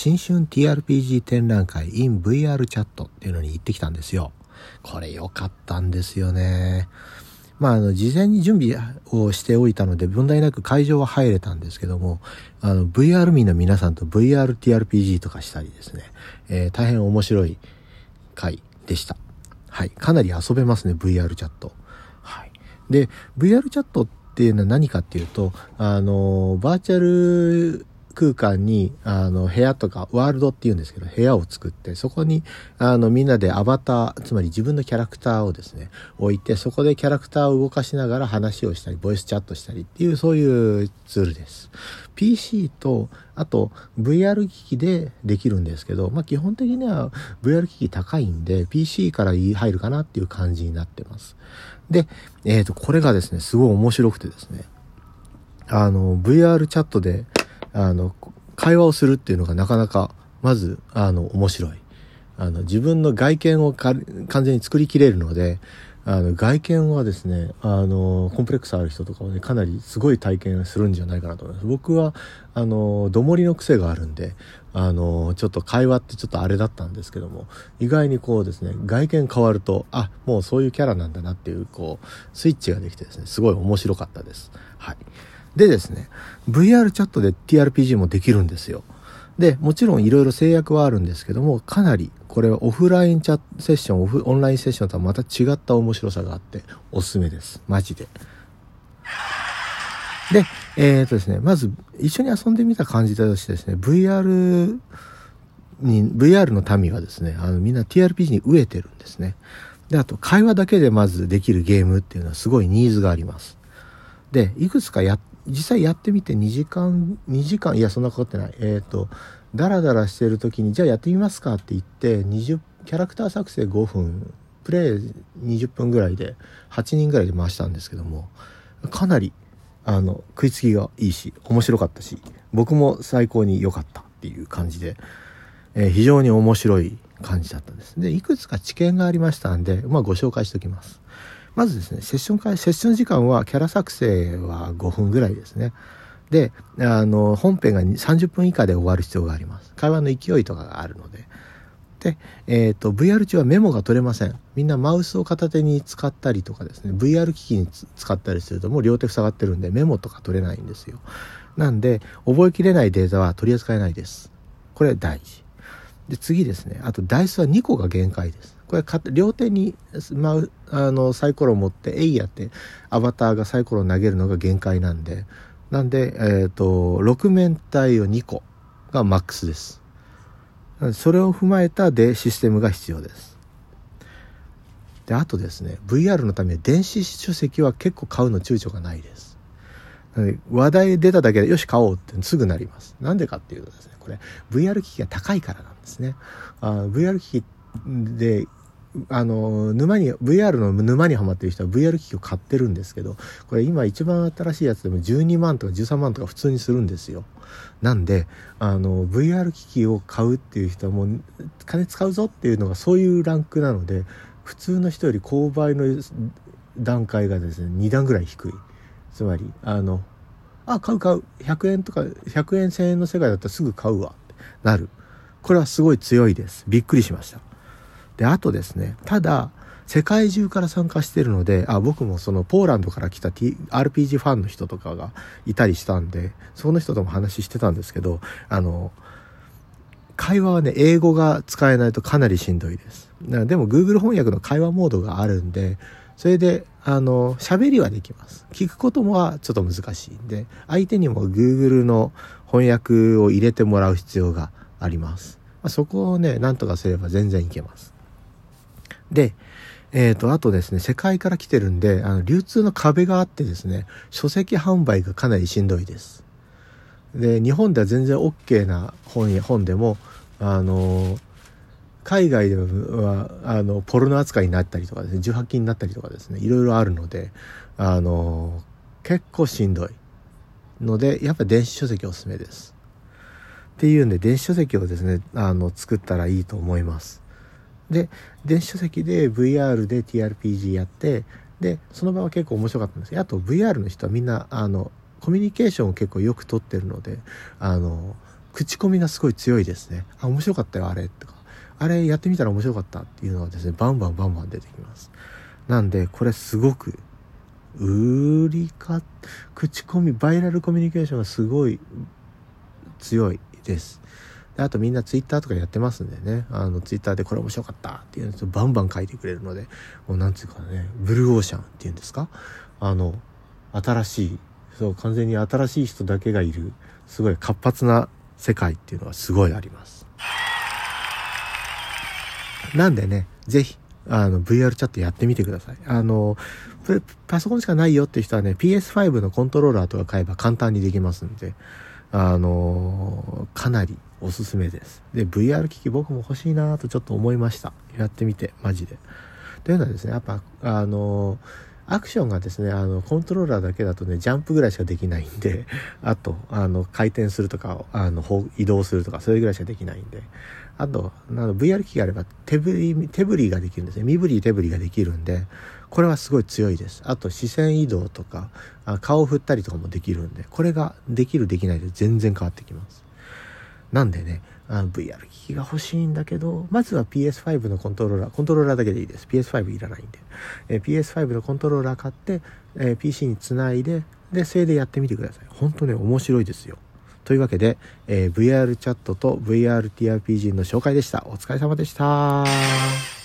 新春 TRPG 展覧会 in VR チャットっていうのに行ってきたんですよ。これ良かったんですよね。事前に準備をしておいたので問題なく会場は入れたんですけども、VR 民の皆さんと VRTRPG とかしたりですね、大変面白い会でした。はい。かなり遊べますね、VR チャット。はい。で、VR チャットっていうのは何かっていうと、バーチャル空間に部屋とかワールドっていうんですけど、部屋を作ってそこにみんなでアバター、つまり自分のキャラクターをですね置いて、そこでキャラクターを動かしながら話をしたりボイスチャットしたりっていう、そういうツールです。 PC とあと VR 機器でできるんですけど、基本的には VR 機器高いんで PC から入るかなっていう感じになってます。で、これがですねすごい面白くてですね、VR チャットで会話をするっていうのがなかなかまず面白い。自分の外見を完全に作りきれるので、外見はですねコンプレックスある人とかはねかなりすごい体験するんじゃないかなと思います。僕はどもりの癖があるんでちょっと会話ってちょっとあれだったんですけども、意外にこうですね外見変わるともうそういうキャラなんだなっていうスイッチができてですねすごい面白かったです。はい。でですね VR チャットで TRPG もできるんですよ。でもちろんいろいろ制約はあるんですけども、かなりこれはオフラインチャットセッションオンラインセッションとはまた違った面白さがあっておすすめです、マジで。でですね、まず一緒に遊んでみた感じとしてですね、VR の民はですねみんな TRPG に飢えてるんですね。であと会話だけでまずできるゲームっていうのはすごいニーズがあります。でいくつか実際やってみて2時間いやそんなかかってないダラダラしてる時にじゃあやってみますかって言ってキャラクター作成5分プレイ20分ぐらいで8人ぐらいで回したんですけども、かなり食いつきがいいし面白かったし、僕も最高に良かったっていう感じで、非常に面白い感じだったんです。でいくつか知見がありましたんで、ご紹介しておきます。まずですね、セッション時間はキャラ作成は5分ぐらいですね。で、本編が30分以下で終わる必要があります。会話の勢いとかがあるので。で、VR 中はメモが取れません。みんなマウスを片手に使ったりとかですね、VR 機器に使ったりするともう両手塞がってるんでメモとか取れないんですよ。なんで、覚えきれないデータは取り扱えないです。これ大事。で、次ですね、あとダイスは2個が限界です。これ両手にサイコロを持ってエイヤってアバターがサイコロを投げるのが限界なんで6面体を2個がマックスです。それを踏まえたシステムが必要です。であとですね VR のために電子書籍は結構買うの躊躇がないです。話題出ただけでよし買おうってすぐなります。なんでかっていうとですね、これ VR 機器が高いからなんですね。VR 機器でVR の沼にはまっている人は VR 機器を買ってるんですけど、これ今一番新しいやつでも12万とか13万とか普通にするんですよ。なんでVR 機器を買うっていう人はもう金使うぞっていうのがそういうランクなので、普通の人より購買の段階がですね2段ぐらい低い。つまり買う100円とか100円1000円の世界だったらすぐ買うわってなる。これはすごい強いです。びっくりしました。であとですね、ただ世界中から参加してるので僕もそのポーランドから来た、RPG ファンの人とかがいたりしたんで、その人とも話してたんですけど、会話はね英語が使えないとかなりしんどいです。でも Google 翻訳の会話モードがあるんで、それで喋りはできます。聞くこともはちょっと難しいんで、相手にも Google の翻訳を入れてもらう必要があります。そこをねなんとかすれば全然いけます。であとですね、世界から来てるんで流通の壁があってですね、書籍販売がかなりしんどいです。で日本では全然 OK な本でも海外ではポルノ扱いになったりとかですね、18禁になったりとかですね、いろいろあるので結構しんどいので、やっぱり電子書籍おすすめですっていうんで、電子書籍をですね作ったらいいと思います。で電子書籍で VR で TRPG やって、でその場は結構面白かったんですけど、あと VR の人はみんなコミュニケーションを結構よく取ってるので口コミがすごい強いですね。面白かったよあれとか、あれやってみたら面白かったっていうのがですね、バンバン出てきます。なんでこれすごく口コミ、バイラルコミュニケーションがすごい強いです。であとみんなツイッターとかやってますんでね、ツイッターでこれ面白かったっていうのをバンバン書いてくれるので、もうなんつうかね、ブルーオーシャンっていうんですか、新しい、そう完全に新しい人だけがいるすごい活発な世界っていうのはすごいあります。なんでね、ぜひVR チャットやってみてください。パソコンしかないよっていう人はね、PS5 のコントローラーとか買えば簡単にできますんで、かなりおすすめです。で、VR 機器僕も欲しいなとちょっと思いました。やってみて、マジで。というのはですね、やっぱ、アクションがですね、コントローラーだけだとね、ジャンプぐらいしかできないんで、あと、回転するとか、移動するとか、それぐらいしかできないんで、あと、VR 機器があれば手振りができるんですね。身振り手振りができるんで、これはすごい強いです。あと、視線移動とか、顔を振ったりとかもできるんで、これができるできないで全然変わってきます。なんでね、VR 機器が欲しいんだけど、まずは PS5 のコントローラーだけでいいです。PS5 いらないんで。PS5 のコントローラー買って、PC につないで、で、それでやってみてください。本当ね、面白いですよ。というわけで、VR チャットと VRTRPG の紹介でした。お疲れ様でした。